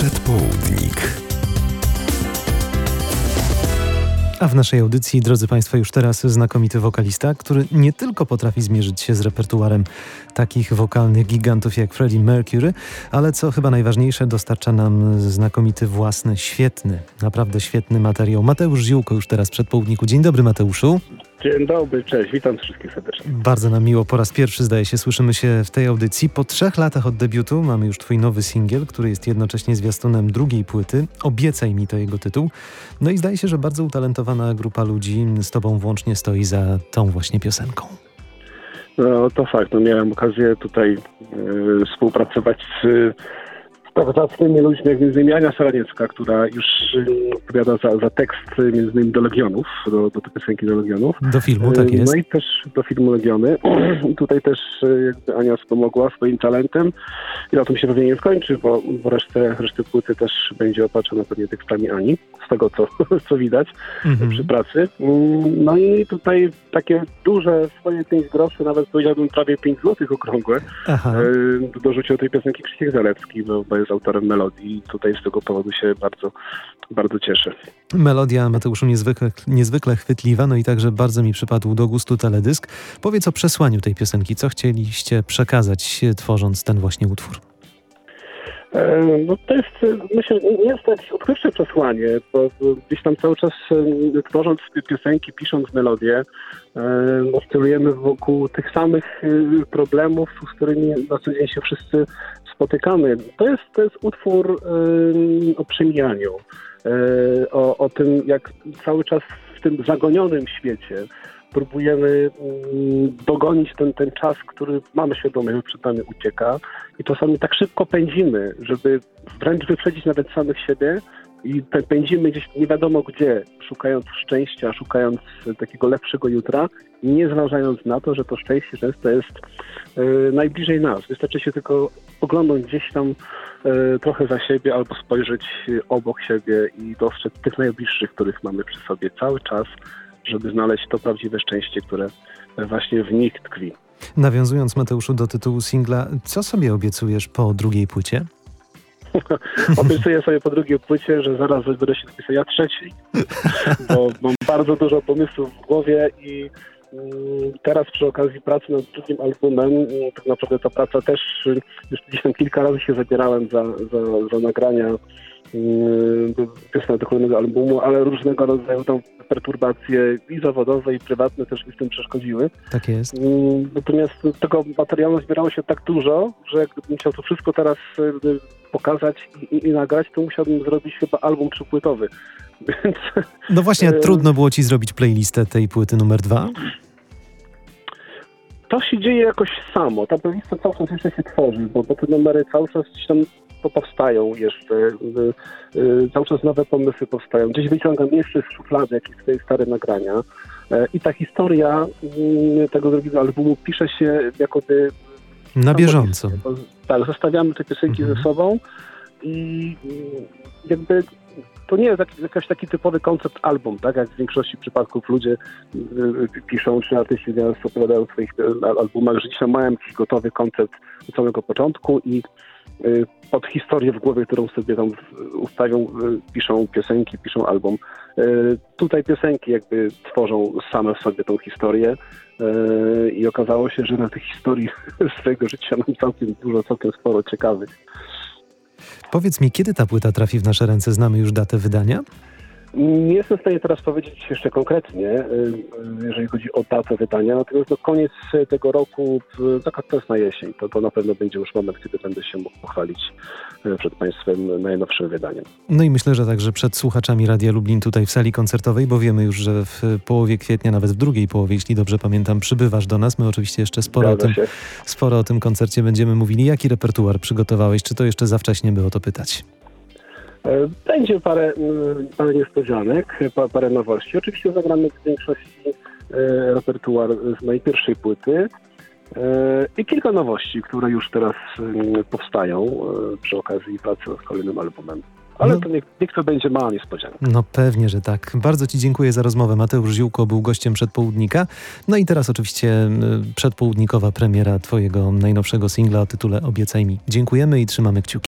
Przedpołudnik. A w naszej audycji, drodzy Państwo, już teraz znakomity wokalista, który nie tylko potrafi zmierzyć się z repertuarem takich wokalnych gigantów jak Freddie Mercury, ale co chyba najważniejsze, dostarcza nam znakomity własny, świetny, naprawdę świetny materiał. Mateusz Ziółko już teraz w Przedpołudniku. Dzień dobry, Mateuszu. Dzień dobry, cześć, witam wszystkich serdecznie. Bardzo nam miło, po raz pierwszy zdaje się słyszymy się w tej audycji. Po 3 latach od debiutu mamy już twój nowy singiel, który jest jednocześnie zwiastunem drugiej płyty. Obiecaj mi, to jego tytuł. No i zdaje się, że bardzo utalentowana grupa ludzi z tobą włącznie stoi za tą właśnie piosenką. No to fakt, miałem okazję tutaj współpracować z zacnymi ludźmi, jak między innymi Ania Saraniecka, która już odpowiada za tekst między innymi do Legionów, do tej piosenki do Legionów. Do filmu, tak jest. No i też do filmu Legiony. Tutaj też jakby Ania wspomogła swoim talentem i na tym się pewnie nie skończy, bo resztę płyty też będzie opatrzona pewnie tekstami Ani, z tego co widać przy pracy. No i tutaj takie duże swoje 5 groszy, nawet powiedziałbym prawie 5 złotych okrągłe, dorzucił tej piosenki Krzysiek Zalewski, bo jest autorem melodii i tutaj z tego powodu się bardzo, bardzo cieszę. Melodia, Mateuszu, niezwykle chwytliwa, no i także bardzo mi przypadł do gustu teledysk. Powiedz o przesłaniu tej piosenki. Co chcieliście przekazać, tworząc ten właśnie utwór? No to jest, myślę, nie jest to jakieś odkrywcze przesłanie, bo gdzieś tam cały czas tworząc piosenki, pisząc melodię, oscylujemy wokół tych samych problemów, z którymi na co dzień się wszyscy spotykamy. To jest utwór o przemijaniu, o tym, jak cały czas w tym zagonionym świecie próbujemy dogonić ten czas, który mamy świadomość, że przed nami ucieka i czasami tak szybko pędzimy, żeby wręcz wyprzedzić nawet samych siebie i pędzimy gdzieś nie wiadomo gdzie, szukając szczęścia, szukając takiego lepszego jutra, nie zważając na to, że to szczęście często jest najbliżej nas. Wystarczy się tylko oglądać gdzieś tam trochę za siebie albo spojrzeć obok siebie i dostrzec tych najbliższych, których mamy przy sobie cały czas, żeby znaleźć to prawdziwe szczęście, które właśnie w nich tkwi. Nawiązując, Mateuszu, do tytułu singla, co sobie obiecujesz po drugiej płycie? Obiecuję sobie po drugiej płycie, że zaraz wybiorę się do pisania trzeciej, bo mam bardzo dużo pomysłów w głowie i teraz przy okazji pracy nad drugim albumem, tak naprawdę ta praca też, już gdzieś tam kilka razy się zabierałem za nagrania piosenek do kolejnego albumu, ale różnego rodzaju tam perturbacje i zawodowe, i prywatne też mi w tym przeszkodziły. Tak jest. Natomiast tego materiału zbierało się tak dużo, że gdybym chciał to wszystko teraz pokazać i nagrać, to musiałbym zrobić chyba album 3-płytowy. Więc, no właśnie, trudno było ci zrobić playlistę tej płyty numer 2? To się dzieje jakoś samo. Ta playlista cały czas jeszcze się tworzy, bo te numery cały czas gdzieś tam powstają jeszcze. Cały czas nowe pomysły powstają. Gdzieś wyciągam jeszcze z szuflady jakieś swoje stare nagrania. I ta historia tego drugiego albumu pisze się jakoby na bieżąco. Tak, zostawiamy te piosenki ze sobą i jakby to nie jest jakiś taki typowy koncept album, tak jak w większości przypadków ludzie piszą, czy artyści opowiadają w swoich albumach, że dzisiaj mają jakiś gotowy koncept od samego początku i pod historię w głowie, którą sobie tam ustawią, piszą piosenki, piszą album. Tutaj piosenki jakby tworzą same w sobie tą historię i okazało się, że na tych historii swojego życia mam całkiem sporo ciekawych. Powiedz mi, kiedy ta płyta trafi w nasze ręce? Znamy już datę wydania? Nie jestem w stanie teraz powiedzieć jeszcze konkretnie, jeżeli chodzi o datę wydania, natomiast do koniec tego roku, taka to jest na jesień, to na pewno będzie już moment, kiedy będę się mógł pochwalić przed Państwem najnowszym wydaniem. No i myślę, że także przed słuchaczami Radia Lublin tutaj w sali koncertowej, bo wiemy już, że w połowie kwietnia, nawet w drugiej połowie, jeśli dobrze pamiętam, przybywasz do nas. My oczywiście jeszcze sporo o tym koncercie będziemy mówili. Jaki repertuar przygotowałeś? Czy to jeszcze za wcześnie by o to pytać? Będzie parę niespodzianek, parę nowości. Oczywiście zagramy w większości repertuar z mojej pierwszej płyty i kilka nowości, które już teraz powstają przy okazji pracy nad kolejnym albumem. Ale to niech to będzie mała niespodzianka. No pewnie, że tak. Bardzo Ci dziękuję za rozmowę. Mateusz Ziółko był gościem Przedpołudnika. No i teraz oczywiście przedpołudnikowa premiera Twojego najnowszego singla o tytule Obiecaj mi. Dziękujemy i trzymamy kciuki.